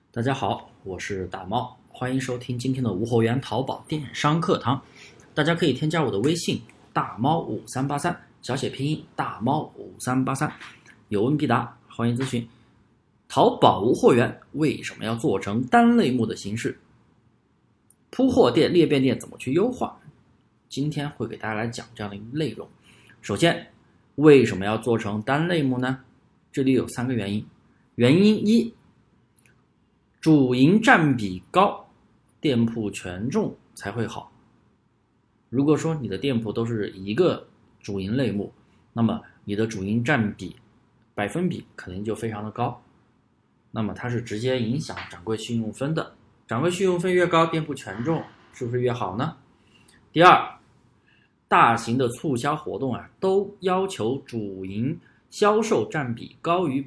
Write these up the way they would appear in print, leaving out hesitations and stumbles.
大家好，我是大猫，欢迎收听今天的无货源淘宝电商课堂。大家可以添加我的微信大猫5383，小写拼音大猫5383，有问必答，欢迎咨询。淘宝无货源为什么要做成单类目的形式？铺货店、裂变店怎么去优化？今天会给大家来讲这样的一个内容。首先，为什么要做成单类目呢？这里有3个原因。原因一，主营占比高，店铺权重才会好。如果说你的店铺都是一个主营类目，那么你的主营占比百分比肯定就非常的高，那么它是直接影响掌柜信用分的。掌柜信用分越高，店铺权重是不是越好呢？第二，大型的促销活动都要求主营销售占比高于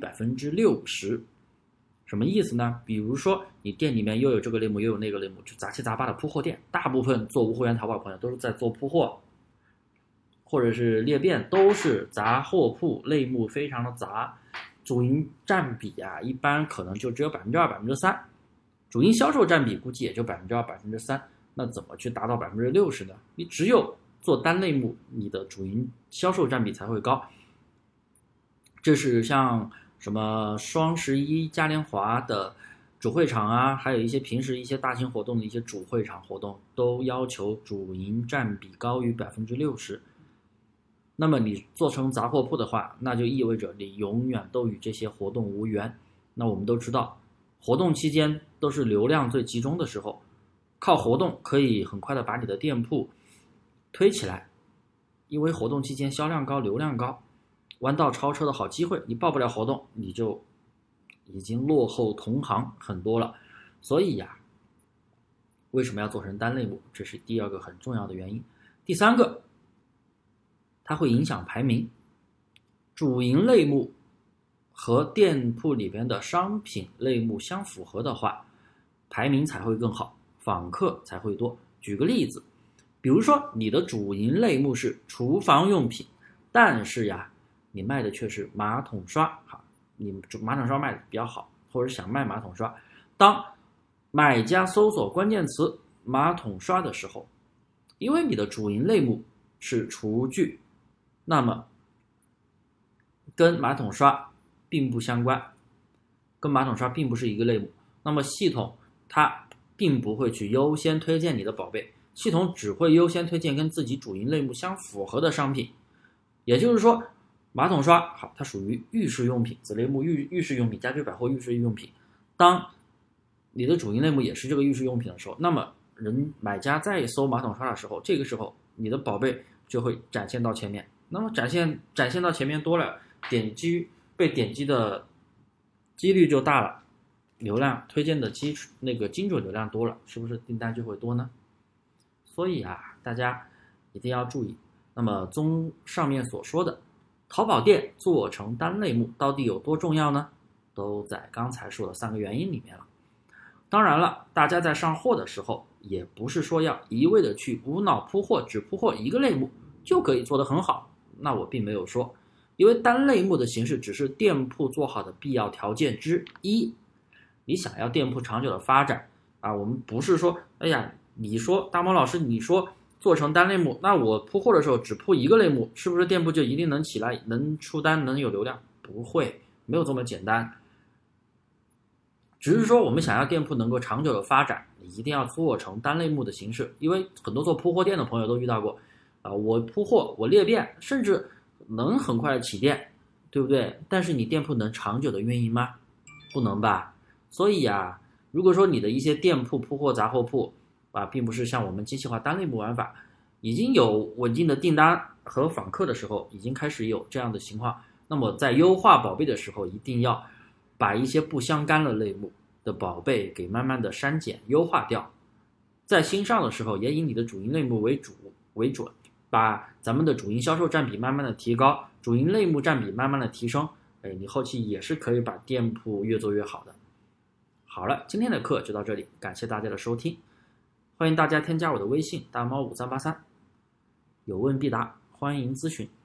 60%。什么意思呢？比如说你店里面又有这个类目又有那个类目，就杂七杂八的铺货店，大部分做无货源淘宝朋友都是在做铺货或者是裂变，都是杂货铺，类目非常的杂，主营占比一般可能就只有2%、3%，主营销售占比估计也就2%、3%，那怎么去达到60%呢？你只有做单类目，你的主营销售占比才会高。这是像什么双11、嘉年华的主会场还有一些平时一些大型活动的一些主会场活动，都要求主营占比高于60%。那么你做成杂货铺的话，那就意味着你永远都与这些活动无缘。那我们都知道，活动期间都是流量最集中的时候，靠活动可以很快的把你的店铺推起来，因为活动期间销量高、流量高，弯道超车的好机会，你报不了活动，你就已经落后同行很多了。所以为什么要做成单类目？这是第二个很重要的原因。第三个，它会影响排名。主营类目和店铺里边的商品类目相符合的话，排名才会更好，访客才会多。举个例子，比如说你的主营类目是厨房用品，但是你卖的却是马桶刷，你马桶刷卖的比较好，或者想卖马桶刷，当买家搜索关键词马桶刷的时候，因为你的主营类目是厨具，那么跟马桶刷并不相关，跟马桶刷并不是一个类目，那么系统它并不会去优先推荐你的宝贝，系统只会优先推荐跟自己主营类目相符合的商品。也就是说，马桶刷好，它属于浴室用品，子类目浴室用品，家居百货浴室用品。当你的主营类目也是这个浴室用品的时候，那么买家在搜马桶刷的时候，这个时候你的宝贝就会展现到前面。那么展现到前面多了，被点击的几率就大了，流量推荐的精准流量多了，是不是订单就会多呢？所以大家一定要注意。那么综上面所说的，淘宝店做成单类目到底有多重要呢？都在刚才说的3个原因里面了。当然了，大家在上货的时候，也不是说要一味的去无脑铺货，只铺货一个类目就可以做得很好，那我并没有说，因为单类目的形式只是店铺做好的必要条件之一。你想要店铺长久的发展我们不是说你说大猫老师你说做成单类目，那我铺货的时候只铺一个类目，是不是店铺就一定能起来，能出单，能有流量？不会，没有这么简单。只是说我们想要店铺能够长久的发展，你一定要做成单类目的形式。因为很多做铺货店的朋友都遇到过我铺货，我裂变，甚至能很快的起店，对不对？但是你店铺能长久的运营吗？不能吧。所以如果说你的一些店铺铺货杂货铺并不是像我们机器化单类目玩法，已经有稳定的订单和访客的时候，已经开始有这样的情况，那么在优化宝贝的时候，一定要把一些不相干的类目的宝贝给慢慢的删减优化掉。在新上的时候，也以你的主营类目为准，把咱们的主营销售占比慢慢的提高，主营类目占比慢慢的提升，你后期也是可以把店铺越做越好的。好了，今天的课就到这里，感谢大家的收听，欢迎大家添加我的微信大猫5383，有问必答，欢迎咨询。